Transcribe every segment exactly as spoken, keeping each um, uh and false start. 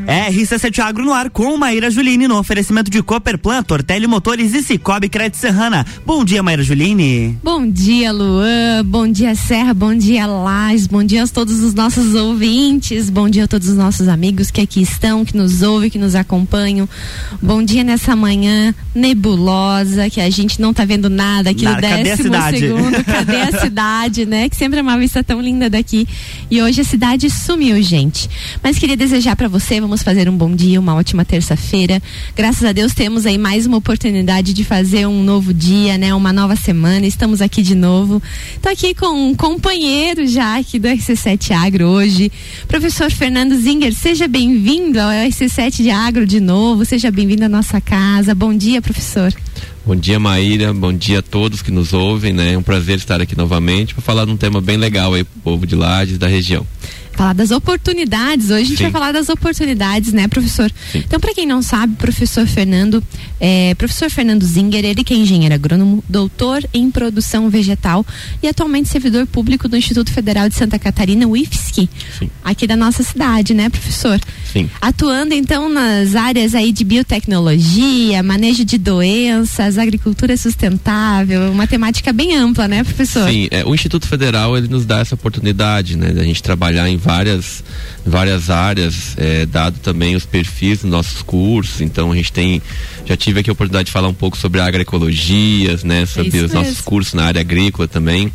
R C sete Agro no ar com Maíra Juline no oferecimento de Cooperplan, Tortelli Motores e Cicobi Crédito Serrana. Bom dia, Maíra Juline. Bom dia, Luan. Bom dia, Serra. Bom dia, Lages. Bom dia a todos os nossos ouvintes. Bom dia a todos os nossos amigos que aqui estão, que nos ouvem, que nos acompanham. Bom dia nessa manhã nebulosa, que a gente não tá vendo nada aqui no décimo segundo. Cadê a cidade, né? Que sempre é uma vista tão linda daqui. E hoje a cidade sumiu, gente. Mas queria desejar para você, vamos fazer um bom dia, uma ótima terça-feira. Graças a Deus temos aí mais uma oportunidade de fazer um novo dia, né? Uma nova semana. Estamos aqui de novo. Tô aqui com um companheiro já aqui do R C sete Agro hoje. Professor Fernando Zinger, seja bem-vindo ao R C sete de Agro de novo. Seja bem-vindo à nossa casa. Bom dia, professor. Bom dia, Maíra, bom dia a todos que nos ouvem, né? É um prazer estar aqui novamente para falar de um tema bem legal aí pro povo de Lages e da região. Falar das oportunidades, hoje a gente Sim. vai falar das oportunidades, né, professor? Sim. Então, para quem não sabe, professor Fernando, é, professor Fernando Zinger, ele que é engenheiro agrônomo, doutor em produção vegetal e atualmente servidor público do Instituto Federal de Santa Catarina, o I F S C, Sim. aqui da nossa cidade, né, professor? Sim. Atuando, então, nas áreas aí de biotecnologia, manejo de doenças, agricultura sustentável, uma temática bem ampla, né, professor? Sim, é, o Instituto Federal, ele nos dá essa oportunidade, né, da gente trabalhar em várias, várias áreas, é, dado também os perfis dos nossos cursos. Então a gente tem, já tive aqui a oportunidade de falar um pouco sobre agroecologias, né, sobre é os mesmo. nossos cursos na área agrícola também.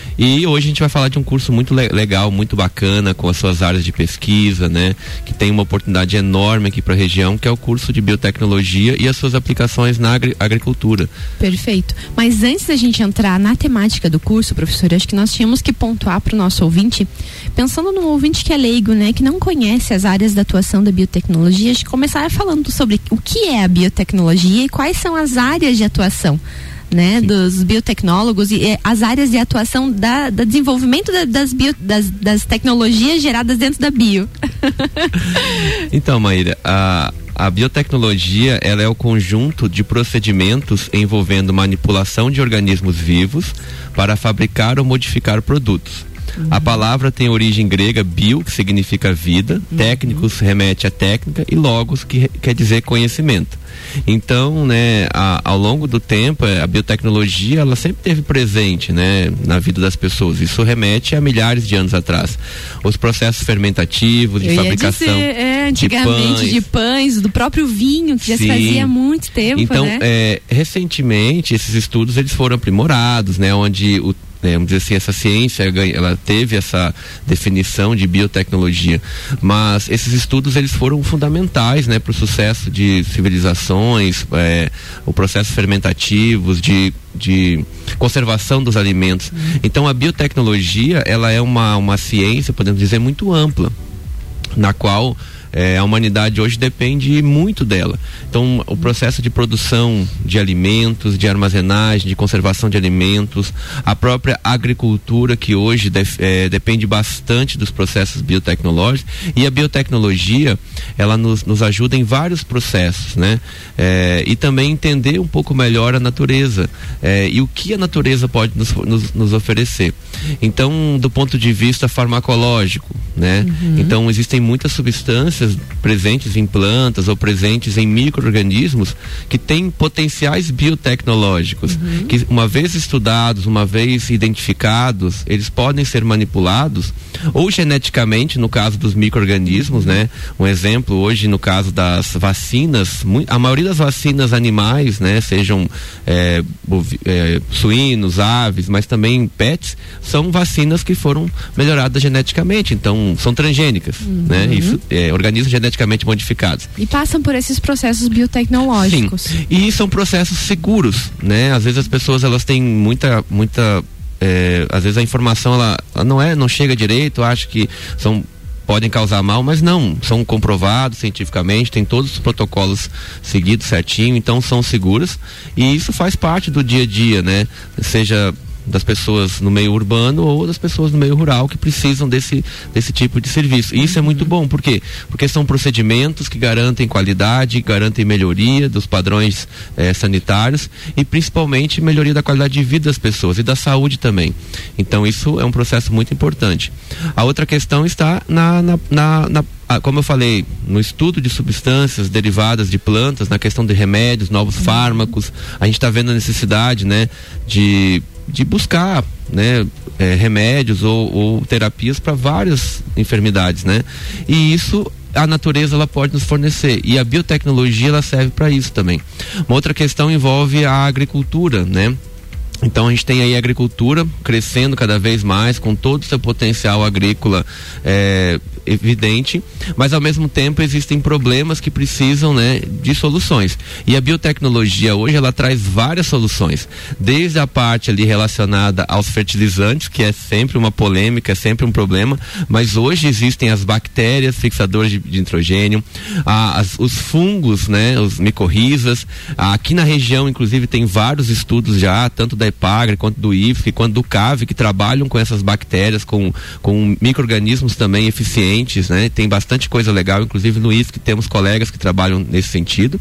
E hoje a gente vai falar de um curso muito le- legal, muito bacana, com as suas áreas de pesquisa, né? Que tem uma oportunidade enorme aqui para a região, que é o curso de biotecnologia e as suas aplicações na agri- agricultura. Perfeito. Mas antes da gente entrar na temática do curso, professor, acho que nós tínhamos que pontuar para o nosso ouvinte, pensando no ouvinte que é leigo, né? Que não conhece as áreas da atuação da biotecnologia, acho que começar falando sobre o que é a biotecnologia e quais são as áreas de atuação, né, Sim. dos biotecnólogos e eh, as áreas de atuação da, da desenvolvimento da, das, bio, das, das tecnologias geradas dentro da bio. Então, Maíra, a, a biotecnologia, ela é o conjunto de procedimentos envolvendo manipulação de organismos vivos para fabricar ou modificar produtos. Uhum. A palavra tem origem grega bio, que significa vida, uhum. técnicos remete a técnica e logos, que quer dizer conhecimento. Então, né, a, ao longo do tempo, a biotecnologia, ela sempre esteve presente, né, na vida das pessoas. Isso remete a milhares de anos atrás. Os processos fermentativos, de Eu fabricação dizer, é, antigamente, de pães, de pães, do próprio vinho, que já se fazia há muito tempo, então, né? é, recentemente, esses estudos, eles foram aprimorados, né, onde o É, vamos dizer assim, essa ciência, ela teve essa definição de biotecnologia, mas esses estudos, eles foram fundamentais, né, para o sucesso de civilizações, é, o processo fermentativos, de, de conservação dos alimentos. Uhum. Então a biotecnologia, ela é uma, uma ciência, podemos dizer, muito ampla, na qual É, a humanidade hoje depende muito dela. Então, o processo de produção de alimentos, de armazenagem, de conservação de alimentos, a própria agricultura, que hoje def, é, depende bastante dos processos biotecnológicos, e a biotecnologia, ela nos, nos ajuda em vários processos, né? É, e também entender um pouco melhor a natureza, é, e o que a natureza pode nos, nos, nos oferecer. Então, do ponto de vista farmacológico, né? Uhum. Então, existem muitas substâncias presentes em plantas ou presentes em micro-organismos que têm potenciais biotecnológicos, uhum. que uma vez estudados, uma vez identificados, eles podem ser manipulados ou geneticamente, no caso dos micro-organismos, né? Um exemplo hoje no caso das vacinas, a maioria das vacinas animais, né? Sejam é, bovi, é, suínos, aves, mas também pets, são vacinas que foram melhoradas geneticamente, então são transgênicas, uhum. né? Isso é organismos geneticamente modificados. E passam por esses processos biotecnológicos. Sim. E são processos seguros, né? Às vezes as pessoas, elas têm muita, muita, é, às vezes a informação, ela, ela não é, não chega direito, acho que são, podem causar mal, mas não, são comprovados cientificamente, tem todos os protocolos seguidos certinho, então são seguras, e isso faz parte do dia a dia, né? Seja das pessoas no meio urbano ou das pessoas no meio rural que precisam desse, desse tipo de serviço. E isso é muito bom, por quê? Porque são procedimentos que garantem qualidade, garantem melhoria dos padrões eh, sanitários e principalmente melhoria da qualidade de vida das pessoas e da saúde também. Então isso é um processo muito importante. A outra questão está na, na, na, na como eu falei, no estudo de substâncias derivadas de plantas, na questão de remédios, novos uhum. fármacos, a gente está vendo a necessidade, né, de, de buscar, né, é, remédios ou, ou terapias para várias enfermidades, né? E isso a natureza ela pode nos fornecer, e a biotecnologia ela serve para isso também. Uma outra questão envolve a agricultura, né? Então a gente tem aí a agricultura crescendo cada vez mais, com todo o seu potencial agrícola é, evidente, mas ao mesmo tempo existem problemas que precisam, né, de soluções. E a biotecnologia hoje ela traz várias soluções, desde a parte ali relacionada aos fertilizantes, que é sempre uma polêmica, é sempre um problema, mas hoje existem as bactérias fixadoras de, de nitrogênio, a, as, os fungos, né, os micorrizas. Aqui na região, inclusive, tem vários estudos já, tanto da Epagre, quanto do I F S C, quanto do C A V, que trabalham com essas bactérias, com, com micro-organismos também eficientes, né? Tem bastante coisa legal, inclusive no I F S C temos colegas que trabalham nesse sentido.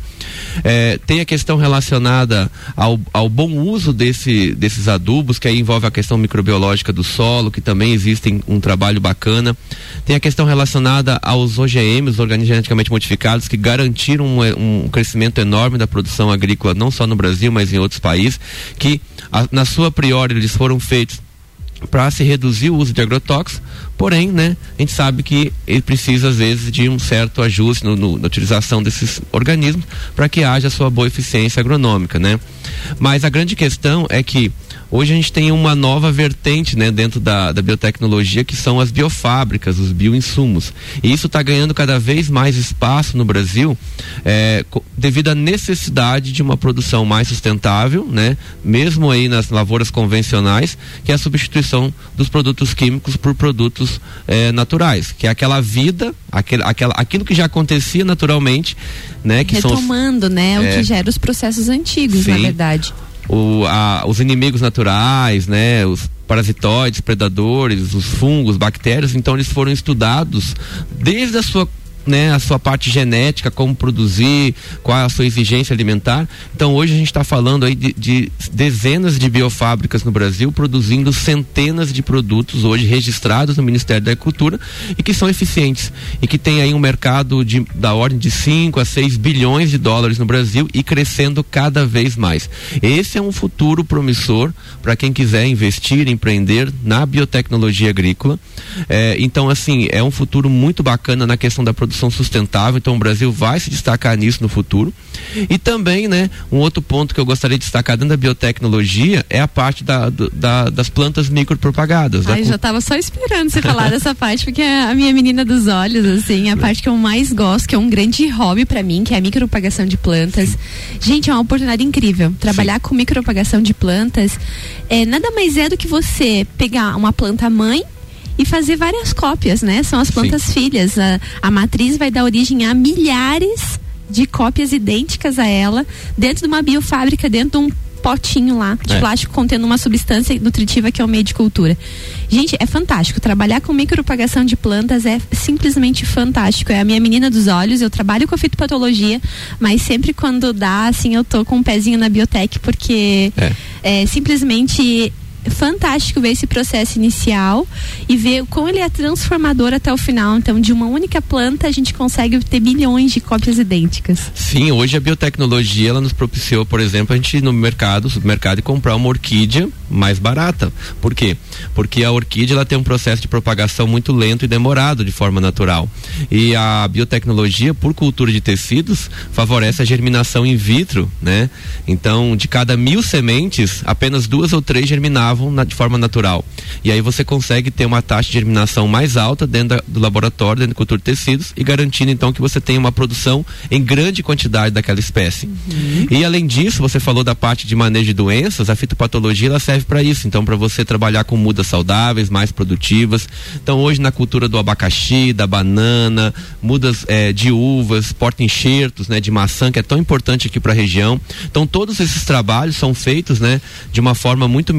É, tem a questão relacionada ao, ao bom uso desse, desses adubos, que aí envolve a questão microbiológica do solo, que também existem um trabalho bacana. Tem a questão relacionada aos O G Ms, organismos geneticamente modificados, que garantiram um, um crescimento enorme da produção agrícola, não só no Brasil, mas em outros países, que a, na sua priori eles foram feitos para se reduzir o uso de agrotóxicos, porém, né, a gente sabe que ele precisa às vezes de um certo ajuste no, no, na utilização desses organismos para que haja sua boa eficiência agronômica, né? Mas a grande questão é que hoje a gente tem uma nova vertente, né, dentro da, da biotecnologia, que são as biofábricas, os bioinsumos. E isso está ganhando cada vez mais espaço no Brasil, é, devido à necessidade de uma produção mais sustentável, né, mesmo aí nas lavouras convencionais, que é a substituição dos produtos químicos por produtos é, naturais, que é aquela vida, aquele, aquela, aquilo que já acontecia naturalmente, né, que retomando, são os, né, é, o que gera os processos antigos, sim, na verdade. O, a, os inimigos naturais, né, os parasitoides, predadores, os fungos, bactérias, então eles foram estudados desde a sua, né, a sua parte genética, como produzir, qual é a sua exigência alimentar. Então hoje a gente está falando aí de, de dezenas de biofábricas no Brasil, produzindo centenas de produtos hoje registrados no Ministério da Agricultura e que são eficientes e que tem aí um mercado de, da ordem de cinco a seis bilhões de dólares no Brasil e crescendo cada vez mais. Esse é um futuro promissor para quem quiser investir, empreender na biotecnologia agrícola. É, então assim, é um futuro muito bacana na questão da produção sustentável, então o Brasil vai se destacar nisso no futuro. E também, né, um outro ponto que eu gostaria de destacar dentro da biotecnologia é a parte da, da, das plantas micropropagadas. Ai, da... já estava só esperando você falar dessa parte, porque é a minha menina dos olhos, assim, a parte que eu mais gosto, que é um grande hobby para mim, que é a micropropagação de plantas. Sim. Gente, é uma oportunidade incrível. Trabalhar Sim. com micropropagação de plantas é nada mais é do que você pegar uma planta mãe e fazer várias cópias, né? São as plantas Sim. filhas. A, a matriz vai dar origem a milhares de cópias idênticas a ela dentro de uma biofábrica, dentro de um potinho lá de é. plástico contendo uma substância nutritiva que é o meio de cultura. Gente, é fantástico. Trabalhar com micropropagação de plantas é simplesmente fantástico. É a minha menina dos olhos. Eu trabalho com a fitopatologia, mas sempre quando dá, assim, eu tô com um pezinho na biotech, porque é, é simplesmente fantástico ver esse processo inicial e ver como ele é transformador até o final. Então, de uma única planta a gente consegue ter bilhões de cópias idênticas. Sim, hoje a biotecnologia ela nos propiciou, por exemplo, a gente ir no mercado, supermercado, e comprar uma orquídea mais barata. Por quê? Porque a orquídea ela tem um processo de propagação muito lento e demorado de forma natural. E a biotecnologia, por cultura de tecidos, favorece a germinação in vitro, né? Então, de cada mil sementes, apenas duas ou três germinavam Na, de forma natural. E aí você consegue ter uma taxa de germinação mais alta dentro da, do laboratório, dentro da cultura de tecidos, e garantindo então que você tenha uma produção em grande quantidade daquela espécie. Uhum. E além disso, você falou da parte de manejo de doenças, a fitopatologia ela serve para isso, então para você trabalhar com mudas saudáveis, mais produtivas. Então hoje na cultura do abacaxi, da banana, mudas é, de uvas, porta-enxertos, né, de maçã, que é tão importante aqui para a região. Então todos esses trabalhos são feitos, né, de uma forma muito minuciosa,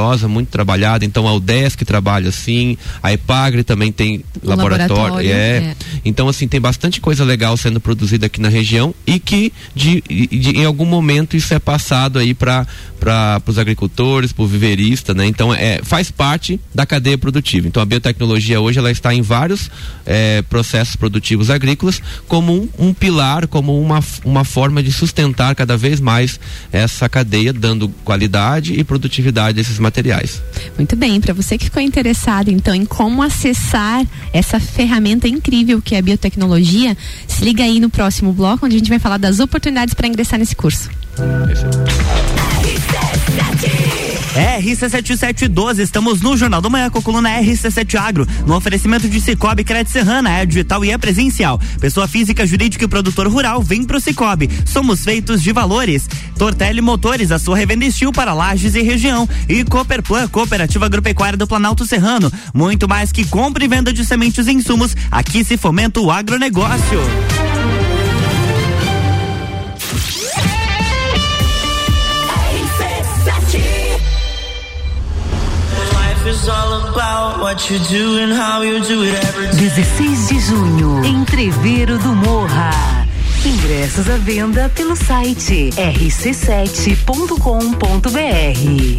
estudiosa, muito trabalhada. Então a UDESC trabalha assim, a EPAGRE também tem laboratório, laboratório é. é. Então assim, tem bastante coisa legal sendo produzida aqui na região e que de, de, em algum momento isso é passado aí para para os agricultores, para o viverista, né? Então é, faz parte da cadeia produtiva. Então a biotecnologia hoje ela está em vários é, processos produtivos agrícolas como um, um pilar, como uma, uma forma de sustentar cada vez mais essa cadeia, dando qualidade e produtividade desses materiais. Muito bem, para você que ficou interessado então em como acessar essa ferramenta incrível que é a biotecnologia, se liga aí no próximo bloco onde a gente vai falar das oportunidades para ingressar nesse curso. R C sete sete doze, estamos no Jornal da Manhã com a coluna R C sete Agro, no oferecimento de Cicobi Crédito Serrana, é digital e é presencial. Pessoa física, jurídica e produtor rural, vem pro Cicobi. Somos feitos de valores. Tortelli Motores, a sua revenda Estil para Lages e região. E Cooperplan, Cooperativa Agropecuária do Planalto Serrano. Muito mais que compra e venda de sementes e insumos, aqui se fomenta o agronegócio. dezesseis de junho, Entreveiro do Morra. Ingressos à venda pelo site r c sete ponto com ponto b r.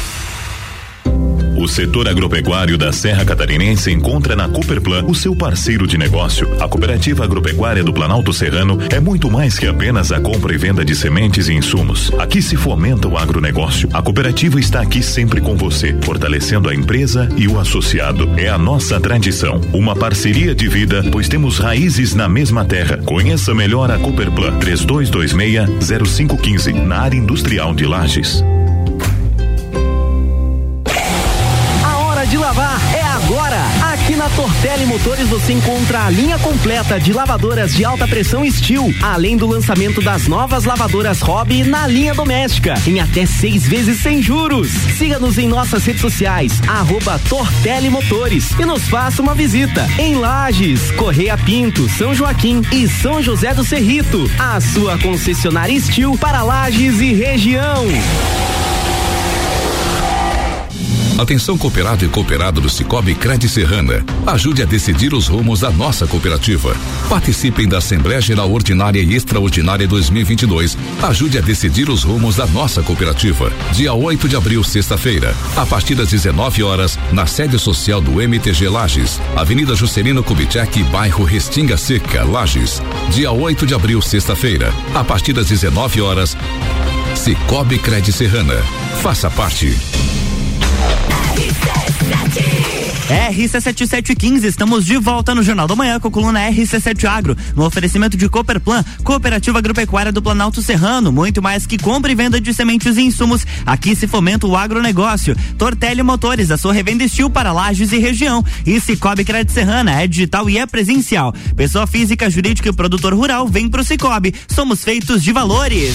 O setor agropecuário da Serra Catarinense encontra na Cooperplan o seu parceiro de negócio. A Cooperativa Agropecuária do Planalto Serrano é muito mais que apenas a compra e venda de sementes e insumos. Aqui se fomenta o agronegócio. A cooperativa está aqui sempre com você, fortalecendo a empresa e o associado. É a nossa tradição. Uma parceria de vida, pois temos raízes na mesma terra. Conheça melhor a Cooperplan. três dois dois seis zero cinco um cinco, na área industrial de Lages. De lavar é agora. Aqui na Tortelli Motores você encontra a linha completa de lavadoras de alta pressão Estil, além do lançamento das novas lavadoras Hobby na linha doméstica, em até seis vezes sem juros. Siga-nos em nossas redes sociais, arroba Tortelli Motores, e nos faça uma visita em Lages, Correia Pinto, São Joaquim e São José do Cerrito. A sua concessionária Estil para Lages e região. Atenção cooperado e cooperado do Cicobi Crédito Serrana. Ajude a decidir os rumos da nossa cooperativa. Participem da Assembleia Geral Ordinária e Extraordinária dois mil e vinte e dois. Ajude a decidir os rumos da nossa cooperativa. Dia oito de abril, sexta-feira, a partir das dezenove horas, na sede social do M T G Lages, Avenida Juscelino Kubitschek, bairro Restinga Seca, Lages. Dia oito de abril, sexta-feira, a partir das dezenove horas, Cicobi Crédito Serrana. Faça parte. R C sete sete um cinco, estamos de volta no Jornal da Manhã com a coluna R C sete Agro, no oferecimento de Cooperplan, Cooperativa Agropecuária do Planalto Serrano. Muito mais que compra e venda de sementes e insumos, aqui se fomenta o agronegócio. Tortelli Motores, a sua revenda Estil para Lages e região. E Cicobi Crédito Serrana, é digital e é presencial. Pessoa física, jurídica e produtor rural, vem pro Cicobi. Somos feitos de valores.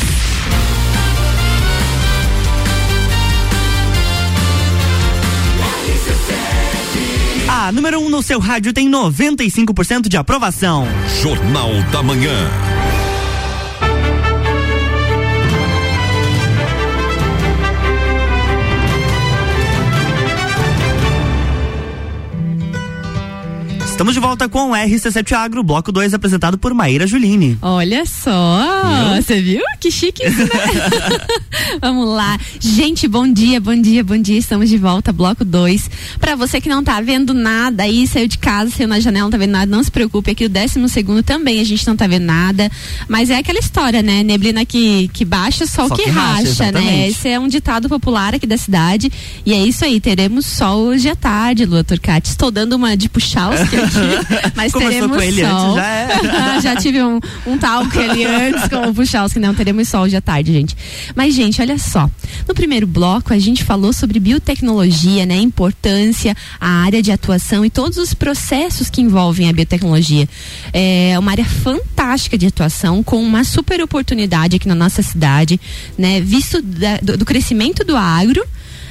A número um no seu rádio tem noventa e cinco por cento de aprovação. Jornal da Manhã. Estamos de volta com o R C sete Agro, bloco dois, apresentado por Maíra Juline. Olha só, você viu? Que chique isso, né? Vamos lá. Gente, bom dia, bom dia, bom dia. Estamos de volta, bloco dois. Pra você que não tá vendo nada aí, saiu de casa, saiu na janela, não tá vendo nada, não se preocupe. Aqui o décimo segundo também a gente não tá vendo nada. Mas é aquela história, né? Neblina que, que baixa, sol, sol que, que racha, racha né? Esse é um ditado popular aqui da cidade. E é isso aí, teremos sol hoje à tarde, Lua Turcati. Estou dando uma de puxar os que mas começou teremos com ele sol. Antes, já, é. Já tive um, um talco ali antes com o Puchalski, não teremos sol hoje à tarde, gente. Mas, gente, olha só, no primeiro bloco a gente falou sobre biotecnologia, né, a importância, a área de atuação e todos os processos que envolvem a biotecnologia. É uma área fantástica de atuação, com uma super oportunidade aqui na nossa cidade, né, visto da, do, do crescimento do agro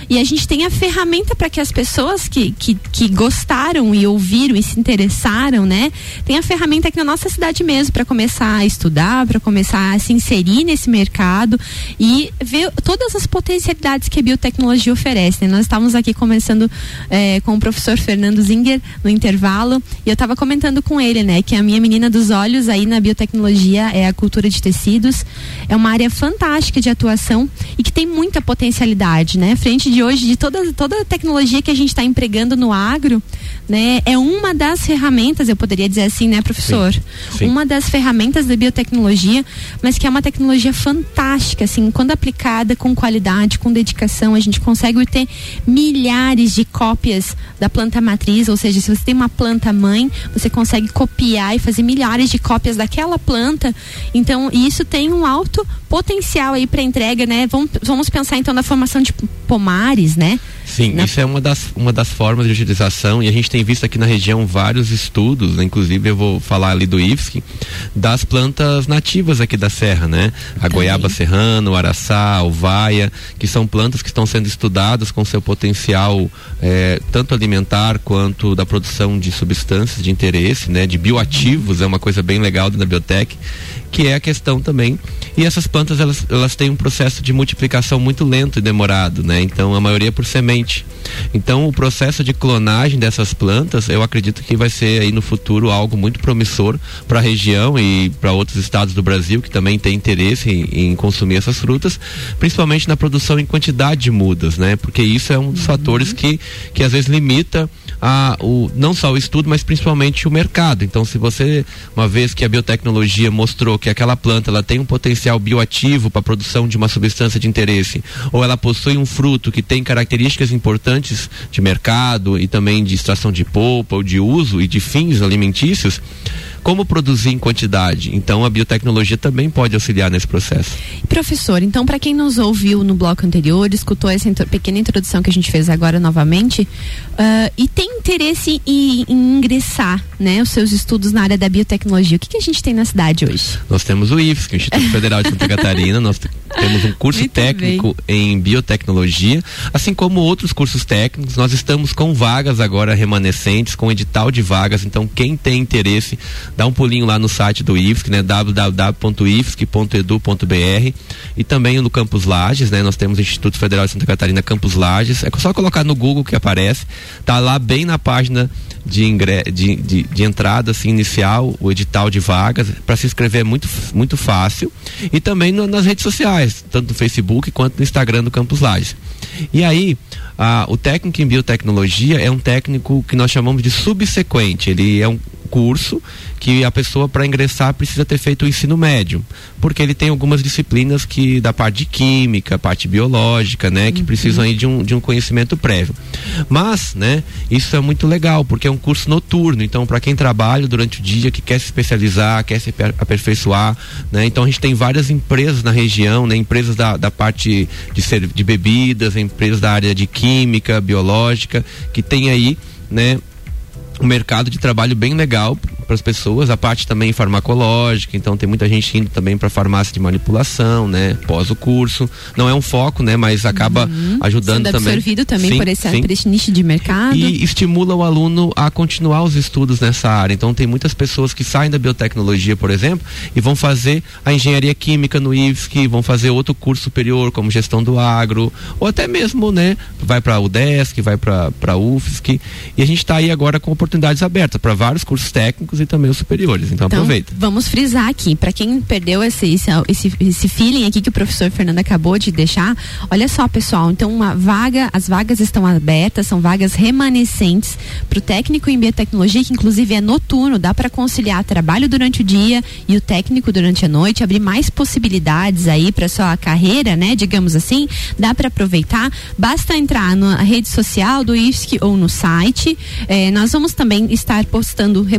e a gente tem a ferramenta para que as pessoas que, que, que gostaram e ouviram e se interessaram, né, tem a ferramenta aqui na nossa cidade mesmo para começar a estudar, para começar a se inserir nesse mercado e ver todas as potencialidades que a biotecnologia oferece, né? Nós estávamos aqui conversando é, com o professor Fernando Zinger no intervalo e eu estava comentando com ele, né, que a minha menina dos olhos aí na biotecnologia é a cultura de tecidos, é uma área fantástica de atuação e que tem muita potencialidade, né? Frente de hoje, de toda, toda a tecnologia que a gente está empregando no agro, né? É uma das ferramentas, eu poderia dizer assim, né, professor? Sim, sim. Uma das ferramentas da biotecnologia, mas que é uma tecnologia fantástica, assim, quando aplicada com qualidade, com dedicação, a gente consegue ter milhares de cópias da planta matriz, ou seja, se você tem uma planta mãe, você consegue copiar e fazer milhares de cópias daquela planta. Então, isso tem um alto potencial aí para entrega, né? Vamos, vamos pensar então na formação de pomares, né? Sim, na... isso é uma das, uma das formas de utilização e a gente tem visto aqui na região vários estudos, né? Inclusive eu vou falar ali do I F S C, das plantas nativas aqui da serra, né? A goiaba serrana, o araçá, o vaia, que são plantas que estão sendo estudadas com seu potencial eh, tanto alimentar quanto da produção de substâncias de interesse, né? De bioativos, é uma coisa bem legal da biotech, que é a questão também. E essas plantas, elas, elas têm um processo de multiplicação muito lento e demorado, né? Então, a maioria é por semente. Então, o processo de clonagem dessas plantas, eu acredito que vai ser aí no futuro algo muito promissor para a região e para outros estados do Brasil que também têm interesse em, em consumir essas frutas, principalmente na produção em quantidade de mudas, né? Porque isso é um dos uhum. fatores que, que às vezes limita a, o, não só o estudo, mas principalmente o mercado. Então, se você, uma vez que a biotecnologia mostrou que aquela planta ela tem um potencial bioativo para a produção de uma substância de interesse, ou ela possui um fruto que tem características importantes de mercado e também de extração de polpa ou de uso e de fins alimentícios, como produzir em quantidade? Então a biotecnologia também pode auxiliar nesse processo. Professor, então para quem nos ouviu no bloco anterior, escutou essa intro, pequena introdução que a gente fez agora novamente, uh, e tem interesse em, em ingressar, né, os seus estudos na área da biotecnologia, o que, que a gente tem na cidade hoje? Nós temos o I F S C, o Instituto Federal de Santa Catarina, nós temos um curso Muito técnico bem. em biotecnologia, assim como outros cursos técnicos. Nós estamos com vagas agora remanescentes, com edital de vagas, então quem tem interesse, dá um pulinho lá no site do I F S C, né, w w w ponto i f s c ponto e d u ponto b r, e também no Campus Lages, né, nós temos o Instituto Federal de Santa Catarina Campus Lages, é só colocar no Google que aparece, tá lá bem na página de, ingre... de, de, de entrada assim, inicial, o edital de vagas, para se inscrever é muito, muito fácil, e também no, nas redes sociais, tanto no Facebook quanto no Instagram do Campus Lages. E aí, ah, o técnico em biotecnologia é um técnico que nós chamamos de subsequente, ele é um curso que a pessoa, para ingressar, precisa ter feito o ensino médio, porque ele tem algumas disciplinas que da parte de química, parte biológica, né, que uhum. precisam aí de um, de um conhecimento prévio. Mas, né, isso é muito legal, porque é um curso noturno, então para quem trabalha durante o dia, que quer se especializar, quer se aperfeiçoar, né, então a gente tem várias empresas na região, né, empresas da, da parte de, ser, de bebidas, empresas da área de química, biológica, que tem aí, né, um mercado de trabalho bem legal para as pessoas, a parte também farmacológica, então tem muita gente indo também para farmácia de manipulação, né, pós o curso, não é um foco, né, mas acaba uhum. ajudando Sendo também. absorvido também sim, por esse, sim. por esse nicho de mercado. E estimula o aluno a continuar os estudos nessa área, então tem muitas pessoas que saem da biotecnologia, por exemplo, e vão fazer a engenharia química no I F S C, vão fazer outro curso superior, como gestão do agro, ou até mesmo, né, vai para o UDESC, vai para a U F S C, e a gente está aí agora com oportunidades abertas para vários cursos técnicos e também os superiores, então, então aproveita. Vamos frisar aqui, para quem perdeu esse, esse, esse, esse feeling aqui que o professor Fernando acabou de deixar, olha só, pessoal, então uma vaga, as vagas estão abertas, são vagas remanescentes para o técnico em biotecnologia, que inclusive é noturno, dá para conciliar trabalho durante o dia e o técnico durante a noite, abrir mais possibilidades aí para sua carreira, né, digamos assim, dá para aproveitar, basta entrar na rede social do I F S C ou no site, eh, nós vamos também estar postando, repostando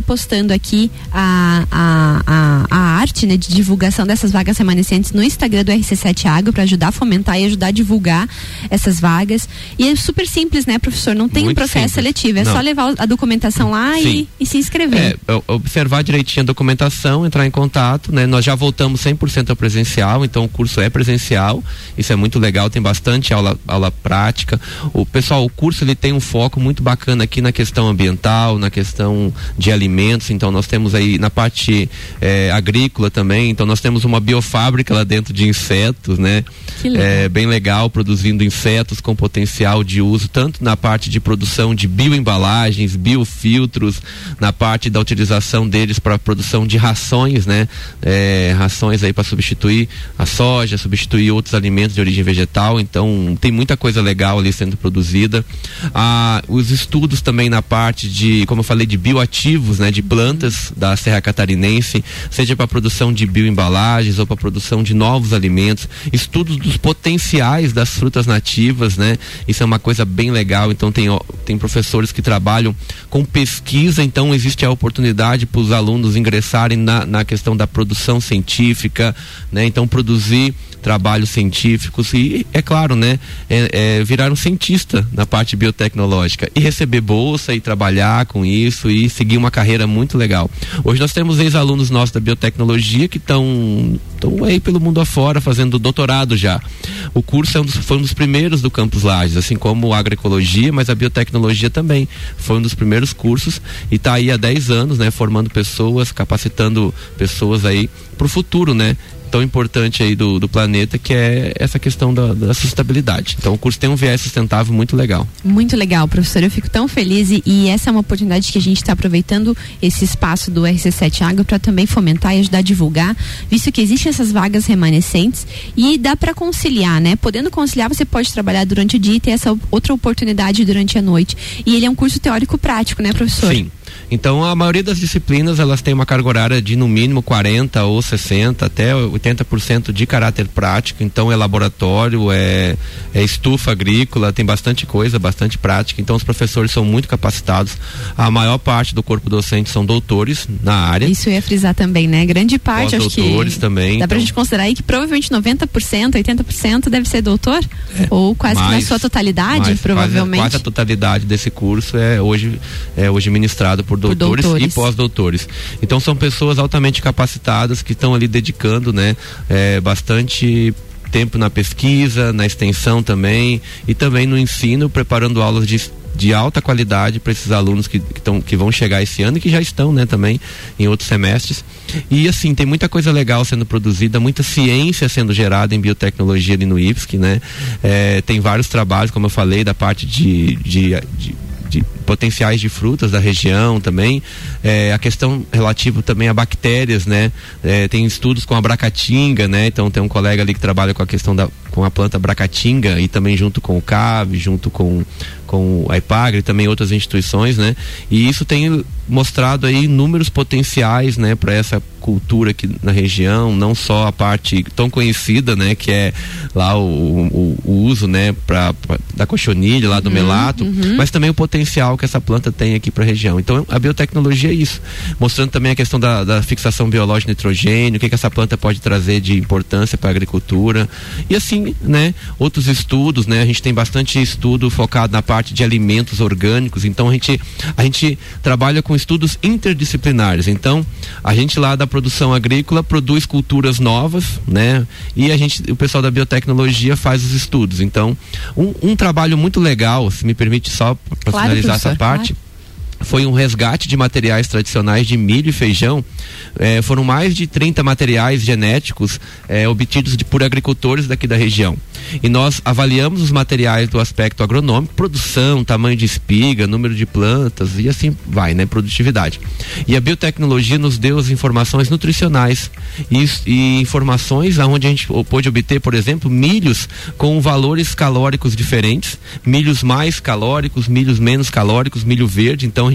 deixando aqui a, a, a, a arte, né, de divulgação dessas vagas remanescentes no Instagram do R C sete Agro para ajudar a fomentar e ajudar a divulgar essas vagas. E é super simples, né, professor? Não tem Muito um processo simples. seletivo, é Não. só levar a documentação lá e, e se inscrever. É, observar direitinho a documentação, entrar em contato, né? Nós já voltamos cem por cento ao presencial, então o curso é presencial, isso é muito legal, tem bastante aula, aula prática. O pessoal, o curso ele tem um foco muito bacana aqui na questão ambiental, na questão de alimentos, então nós temos aí na parte é, agrícola também, então nós temos uma biofábrica lá dentro de insetos, né? Que legal. É bem legal, produzindo insetos com potencial de uso, tanto na parte de produção de bioembalagens, biofiltros, na parte da utilização deles para a produção de rações, né? É, rações aí para substituir a soja, substituir outros alimentos de origem vegetal, então tem muita coisa legal ali sendo produzida. Ah, os estudos também na parte de, como eu falei, de bioativos, né? De plantas da Serra Catarinense, seja para a produção de bioembalagens ou para a produção de novos alimentos, estudos dos potenciais das frutas nativas, né? Isso é uma coisa bem legal, então tem, ó, tem professores que trabalham com pesquisa, então existe a oportunidade para os alunos ingressarem na, na questão da produção científica, né? Então produzir trabalhos científicos e, é claro, né? É, é, virar um cientista na parte biotecnológica e receber bolsa e trabalhar com isso e seguir uma carreira muito legal. Hoje nós temos ex-alunos nossos da biotecnologia que estão aí pelo mundo afora fazendo doutorado já. O curso é um dos, foi um dos primeiros do Campus Lages, assim como a agroecologia, mas a biotecnologia também foi um dos primeiros cursos e está aí há dez anos, né? Formando pessoas, capacitando pessoas aí para o futuro, né? Tão importante aí do, do planeta, que é essa questão da, da sustentabilidade. Então o curso tem um viés sustentável muito legal. Muito legal, professor, eu fico tão feliz e, e essa é uma oportunidade que a gente está aproveitando esse espaço do R C sete Agro para também fomentar e ajudar a divulgar, visto que existem essas vagas remanescentes e dá para conciliar, né? Podendo conciliar, você pode trabalhar durante o dia e ter essa outra oportunidade durante a noite. E ele é um curso teórico prático, né, professor? Sim. Então a maioria das disciplinas elas têm uma carga horária de no mínimo quarenta ou sessenta até oitenta por cento de caráter prático, então é laboratório, é, é estufa agrícola, tem bastante coisa, bastante prática, então os professores são muito capacitados, a maior parte do corpo docente são doutores na área. Isso eu ia frisar também, né? Grande parte, acho que doutores também. Dá então, pra gente considerar aí que provavelmente noventa por cento, oitenta por cento deve ser doutor? É, ou quase mais, que na sua totalidade, mais, provavelmente. Quase, quase a totalidade desse curso é hoje, é hoje ministrado por doutores, por doutores. E pós-doutores. Então são pessoas altamente capacitadas que estão ali dedicando, né, é, bastante tempo na pesquisa, na extensão também e também no ensino, preparando aulas de de alta qualidade para esses alunos que, que, tão, que vão chegar esse ano e que já estão, né, também em outros semestres. E assim, tem muita coisa legal sendo produzida, muita ciência sendo gerada em biotecnologia ali no I F S C, né? É, tem vários trabalhos, como eu falei, da parte de, de, de de potenciais de frutas da região também, é, a questão relativa também a bactérias, né? É, tem estudos com a bracatinga, né? Então tem um colega ali que trabalha com a questão da com a planta bracatinga e também junto com o C A V, junto com com a Ipagre e também outras instituições, né? E isso tem mostrado aí inúmeros potenciais, né, para essa cultura aqui na região, não só a parte tão conhecida, né, que é lá o, o, o uso, né, pra, pra, da cochonilha lá do uhum, melato, uhum. mas também o potencial que essa planta tem aqui para a região. Então a biotecnologia é isso, mostrando também a questão da, da fixação biológica de nitrogênio, o que, que essa planta pode trazer de importância para a agricultura e assim, né, outros estudos, né, a gente tem bastante estudo focado na parte de alimentos orgânicos, então a gente, a gente trabalha com estudos interdisciplinares, então a gente lá da produção agrícola produz culturas novas, né? E a gente, o pessoal da biotecnologia faz os estudos, então um, um trabalho muito legal, se me permite só para claro, finalizar essa parte, claro. Foi um resgate de materiais tradicionais de milho e feijão. Eh, foram mais de trinta materiais genéticos eh, obtidos de, por agricultores daqui da região. E nós avaliamos os materiais do aspecto agronômico, produção, tamanho de espiga, número de plantas e assim vai, né? Produtividade. E a biotecnologia nos deu as informações nutricionais e, e informações onde a gente pôde obter, por exemplo, milhos com valores calóricos diferentes, milhos mais calóricos, milhos menos calóricos, milho verde. Então a gente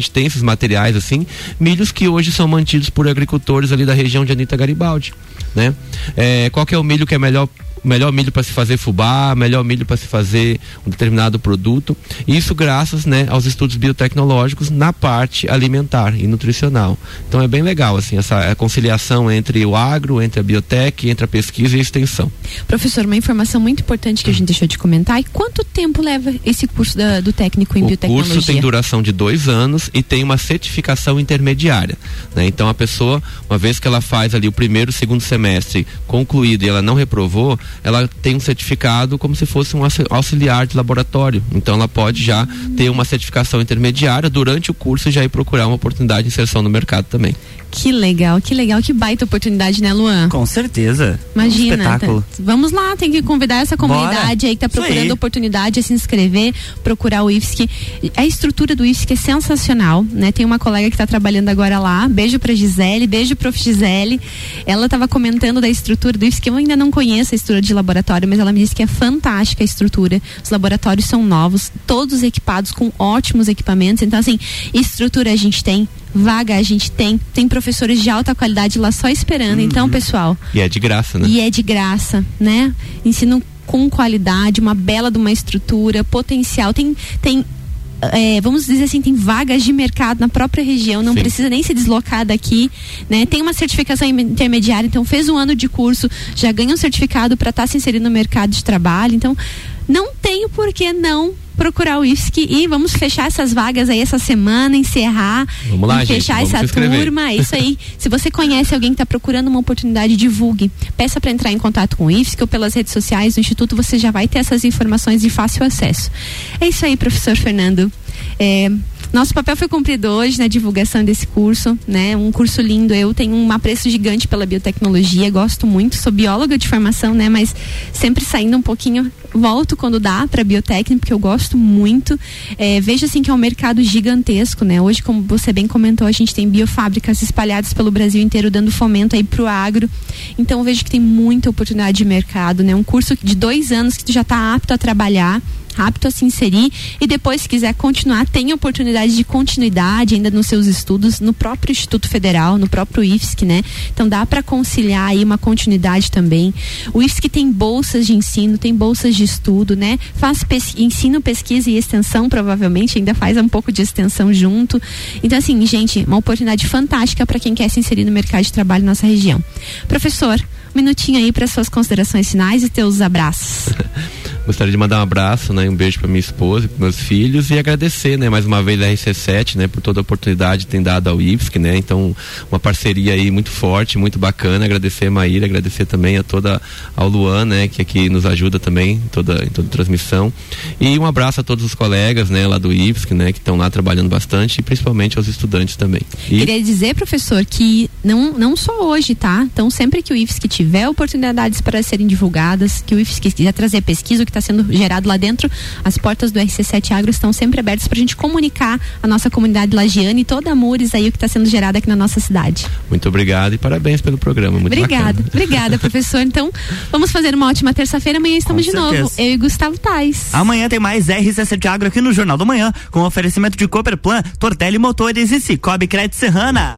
gente tem esses materiais assim, milhos que hoje são mantidos por agricultores ali da região de Anita Garibaldi, né? É, qual que é o milho que é melhor melhor milho para se fazer fubá, melhor milho para se fazer um determinado produto, isso graças, né, aos estudos biotecnológicos na parte alimentar e nutricional. Então é bem legal assim essa conciliação entre o agro, entre a biotec, entre a pesquisa e a extensão. Professor, uma informação muito importante que a gente deixou de comentar: e quanto tempo leva esse curso da, do técnico em o biotecnologia? O curso tem duração de dois anos e tem uma certificação intermediária, né? Então a pessoa, uma vez que ela faz ali o primeiro, segundo semestre concluído e ela não reprovou, ela tem um certificado como se fosse um auxiliar de laboratório. Então ela pode já ter uma certificação intermediária durante o curso e já ir procurar uma oportunidade de inserção no mercado também. Que legal, que legal, que baita oportunidade, né, Luan? Com certeza. Imagina. Um espetáculo. Tá, vamos lá, tem que convidar essa comunidade Bora. aí que tá procurando aí. oportunidade a se inscrever, procurar o I F S C. A estrutura do I F S C é sensacional, né? Tem uma colega que tá trabalhando agora lá, beijo pra Gisele, beijo prof Gisele. Ela tava comentando da estrutura do I F S C, eu ainda não conheço a estrutura de laboratório, mas ela me disse que é fantástica a estrutura. Os laboratórios são novos, todos equipados com ótimos equipamentos. Então, assim, estrutura a gente tem, vaga a gente tem, tem professores de alta qualidade lá só esperando. Uhum. Então, pessoal, e é de graça, né? E é de graça, né? Ensino com qualidade, uma bela de uma estrutura, potencial, tem tem É, vamos dizer assim, tem vagas de mercado na própria região, não Sim. precisa nem se deslocar daqui, né? Tem uma certificação intermediária, então fez um ano de curso, já ganha um certificado para estar tá se inserindo no mercado de trabalho. Então não tem por que não procurar o I F S C e vamos fechar essas vagas aí essa semana, encerrar, vamos lá, fechar gente, essa turma, é isso aí. Se você conhece alguém que está procurando uma oportunidade, divulgue, peça para entrar em contato com o I F S C ou pelas redes sociais do Instituto, você já vai ter essas informações de fácil acesso. É isso aí, professor Fernando. É, nosso papel foi cumprido hoje na divulgação desse curso, né? Um curso lindo. Eu tenho um apreço gigante pela biotecnologia, gosto muito, sou bióloga de formação, né? Mas sempre saindo um pouquinho, volto quando dá para biotécnica, porque eu gosto muito. É, vejo assim que é um mercado gigantesco, né? Hoje, como você bem comentou, a gente tem biofábricas espalhadas pelo Brasil inteiro, dando fomento aí pro agro. Então eu vejo que tem muita oportunidade de mercado, né? Um curso de dois anos que tu já tá apto a trabalhar, apto a se inserir, e depois, se quiser continuar, tem oportunidade de continuidade ainda nos seus estudos no próprio Instituto Federal, no próprio I F S C, né? Então dá para conciliar aí uma continuidade também. O I F S C tem bolsas de ensino, tem bolsas de estudo, né? Faz pes- ensino, pesquisa e extensão, provavelmente ainda faz um pouco de extensão junto. Então, assim, gente, uma oportunidade fantástica para quem quer se inserir no mercado de trabalho na nossa região. Professor, um minutinho aí para suas considerações finais e teus abraços. Gostaria de mandar um abraço, né, um beijo para minha esposa e para meus filhos e agradecer, né, mais uma vez a R C sete, né, por toda a oportunidade que tem dado ao I F S C, né? Então, uma parceria aí muito forte, muito bacana. Agradecer a Maíra, agradecer também a toda ao Luan, né, que aqui nos ajuda também em toda em toda a transmissão. E um abraço a todos os colegas, né, lá do I F S C, né, que estão lá trabalhando bastante, e principalmente aos estudantes também. E... Queria dizer, professor, que não não só hoje, tá? Então, sempre que o I F S C tiver oportunidades para serem divulgadas, que o I F S C quiser trazer pesquisa, o que está sendo gerado lá dentro, as portas do R C sete Agro estão sempre abertas para a gente comunicar a nossa comunidade lagiana e toda a Mures aí o que está sendo gerado aqui na nossa cidade. Muito obrigado e parabéns pelo programa, muito obrigada, bacana. Obrigada, professor. Então, vamos fazer uma ótima terça-feira. Amanhã estamos com de certeza. novo, eu e Gustavo Tais. Amanhã tem mais R C sete Agro aqui no Jornal do Manhã, com oferecimento de Cooperplan, Tortelli Motores e Cicobi Crédito Serrana.